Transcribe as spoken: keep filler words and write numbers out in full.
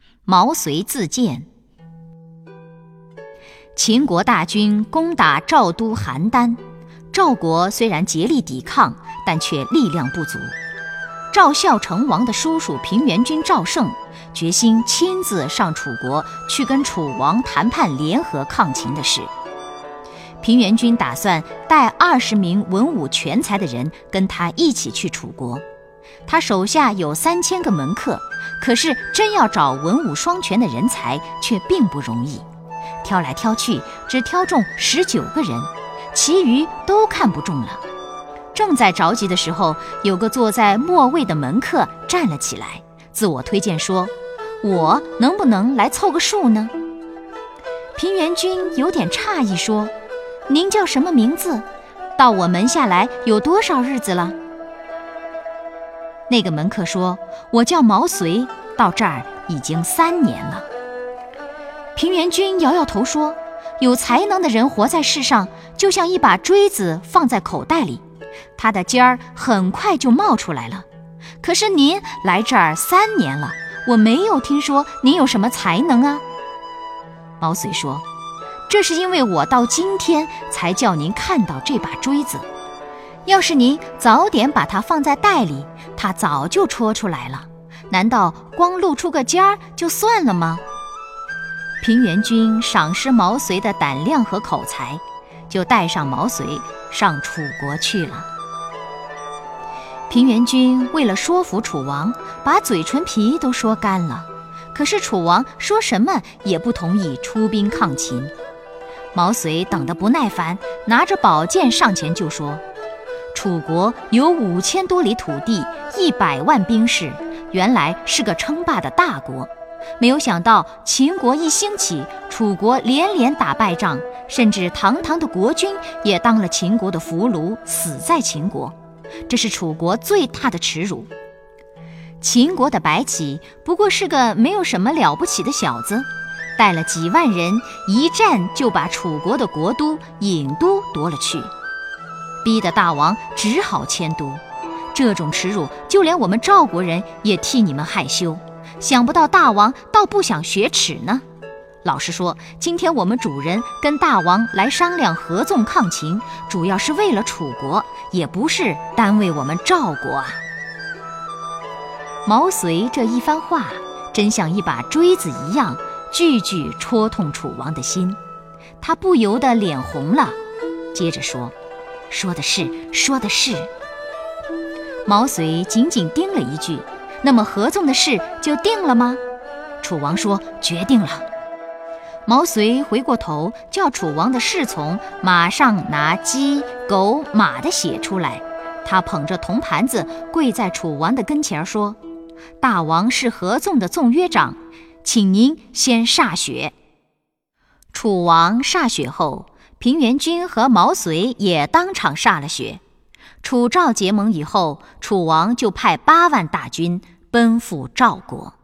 毛遂自荐。秦国大军攻打赵都邯郸，赵国虽然竭力抵抗，但却力量不足。赵孝成王的叔叔平原君赵胜决心亲自上楚国去跟楚王谈判联合抗秦的事。平原君打算带二十名文武全才的人跟他一起去楚国。他手下有三千个门客，可是真要找文武双全的人才却并不容易。挑来挑去，只挑中十九个人，其余都看不中了。正在着急的时候，有个坐在末位的门客站了起来，自我推荐说：“我能不能来凑个数呢？”平原君有点诧异说：“您叫什么名字？到我门下来有多少日子了？”那个门客说：“我叫毛遂，到这儿已经三年了。”平原君摇摇头说：“有才能的人活在世上，就像一把锥子放在口袋里，它的尖儿很快就冒出来了。可是您来这儿三年了，我没有听说您有什么才能啊。”毛遂说：“这是因为我到今天才叫您看到这把锥子，要是您早点把它放在袋里，它早就戳出来了。难道光露出个尖儿就算了吗？”平原君赏识毛遂的胆量和口才，就带上毛遂上楚国去了。平原君为了说服楚王，把嘴唇皮都说干了，可是楚王说什么也不同意出兵抗秦。毛遂等得不耐烦，拿着宝剑上前就说：“楚国有五千多里土地，一百万兵士，原来是个称霸的大国。没有想到秦国一兴起，楚国连连打败仗，甚至堂堂的国君也当了秦国的俘虏，死在秦国。这是楚国最大的耻辱。秦国的白起不过是个没有什么了不起的小子，带了几万人，一战就把楚国的国都郢都夺了去，逼得大王只好迁都。这种耻辱，就连我们赵国人也替你们害羞。想不到大王倒不想雪耻呢。老实说，今天我们主人跟大王来商量合纵抗秦，主要是为了楚国，也不是单为我们赵国啊。”毛遂这一番话，真像一把锥子一样，句句戳痛楚王的心。他不由得脸红了，接着说：“说的是，说的是。”毛遂仅仅盯了一句：“那么合纵的事就定了吗？”楚王说：“决定了。”毛遂回过头，叫楚王的侍从马上拿鸡、狗、马的血出来。他捧着铜盘子跪在楚王的跟前说：“大王是合纵的纵约长，请您先歃血。”楚王歃血后，平原君和毛遂也当场歃了血。楚赵结盟以后，楚王就派八万大军奔赴赵国。